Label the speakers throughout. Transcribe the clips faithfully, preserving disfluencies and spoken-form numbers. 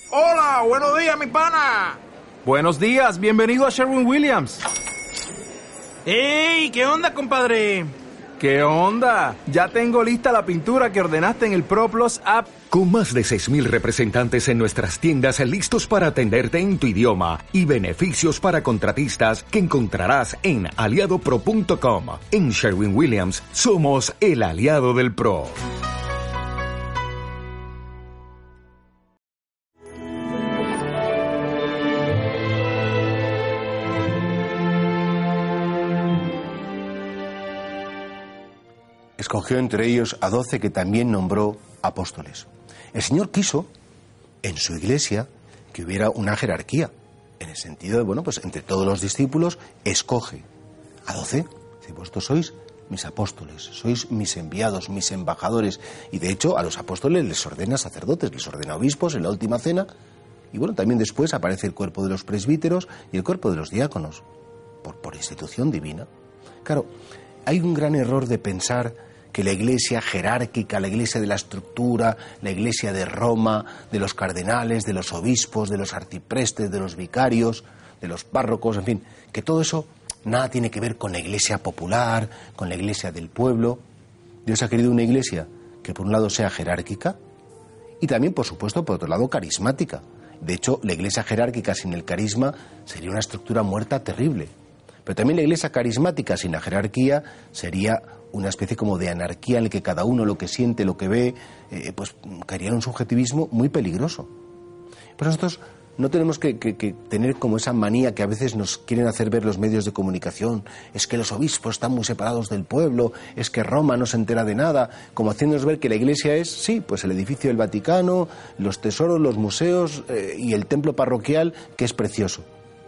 Speaker 1: Hola, buenos días, mi pana.
Speaker 2: Buenos días, bienvenido a Sherwin-Williams.
Speaker 1: ¡Ey! ¿Qué onda, compadre?
Speaker 2: ¿Qué onda? Ya tengo lista la pintura que ordenaste en el ProPlus app.
Speaker 3: Con más de seis mil representantes en nuestras tiendas listos para atenderte en tu idioma y beneficios para contratistas que encontrarás en aliado pro punto com. En Sherwin-Williams somos el aliado del pro.
Speaker 4: Escogió entre ellos a doce que también nombró apóstoles. El Señor quiso, en su iglesia, que hubiera una jerarquía, en el sentido de, bueno, pues entre todos los discípulos, escoge a doce. Dice, vosotros sois mis apóstoles, sois mis enviados, mis embajadores. Y de hecho, a los apóstoles les ordena sacerdotes, les ordena obispos en la última cena. Y bueno, también después aparece el cuerpo de los presbíteros y el cuerpo de los diáconos, por, por institución divina. Claro, hay un gran error de pensar que la iglesia jerárquica, la iglesia de la estructura, la iglesia de Roma, de los cardenales, de los obispos, de los arciprestes, de los vicarios, de los párrocos, en fin, que todo eso nada tiene que ver con la iglesia popular, con la iglesia del pueblo. Dios ha querido una iglesia que por un lado sea jerárquica y también, por supuesto, por otro lado, carismática. De hecho, la iglesia jerárquica sin el carisma sería una estructura muerta terrible. Pero también la iglesia carismática sin la jerarquía sería una especie como de anarquía en la que cada uno lo que siente, lo que ve, eh, pues caería en un subjetivismo muy peligroso. Pero nosotros no tenemos que, que, que tener como esa manía que a veces nos quieren hacer ver los medios de comunicación. Es que los obispos están muy separados del pueblo, es que Roma no se entera de nada, como haciéndonos ver que la iglesia es, sí, pues el edificio del Vaticano, los tesoros, los museos eh, y el templo parroquial, que es precioso.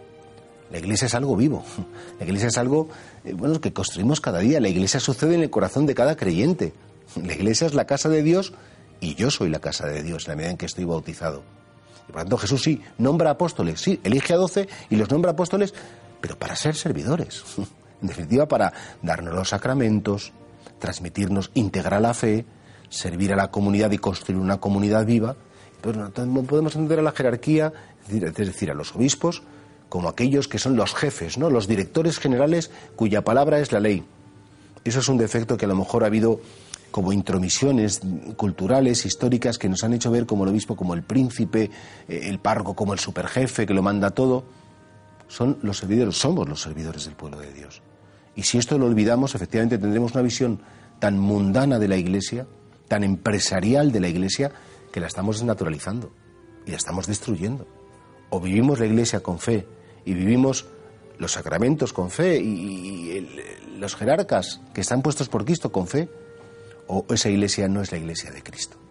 Speaker 4: La iglesia es algo vivo, la iglesia es algo eh, bueno, que construimos cada día, la iglesia sucede en el corazón de cada creyente. La iglesia es la casa de Dios y yo soy la casa de Dios en la medida en que estoy bautizado. Y por lo tanto Jesús sí, nombra apóstoles, sí, elige a doce y los nombra apóstoles, pero para ser servidores, en definitiva para darnos los sacramentos, transmitirnos, integrar la fe, servir a la comunidad y construir una comunidad viva. Pero no podemos entender a la jerarquía, es decir, a los obispos, como aquellos que son los jefes, ¿no? Los directores generales cuya palabra es la ley. Eso es un defecto que a lo mejor ha habido como intromisiones culturales, históricas, que nos han hecho ver como el obispo, como el príncipe, el párroco, como el superjefe, que lo manda todo. Son los servidores, somos los servidores del pueblo de Dios. Y si esto lo olvidamos, efectivamente tendremos una visión tan mundana de la Iglesia, tan empresarial de la Iglesia, que la estamos desnaturalizando y la estamos destruyendo. O vivimos la Iglesia con fe y vivimos los sacramentos con fe y, y el, los jerarcas que están puestos por Cristo con fe, o esa iglesia no es la iglesia de Cristo.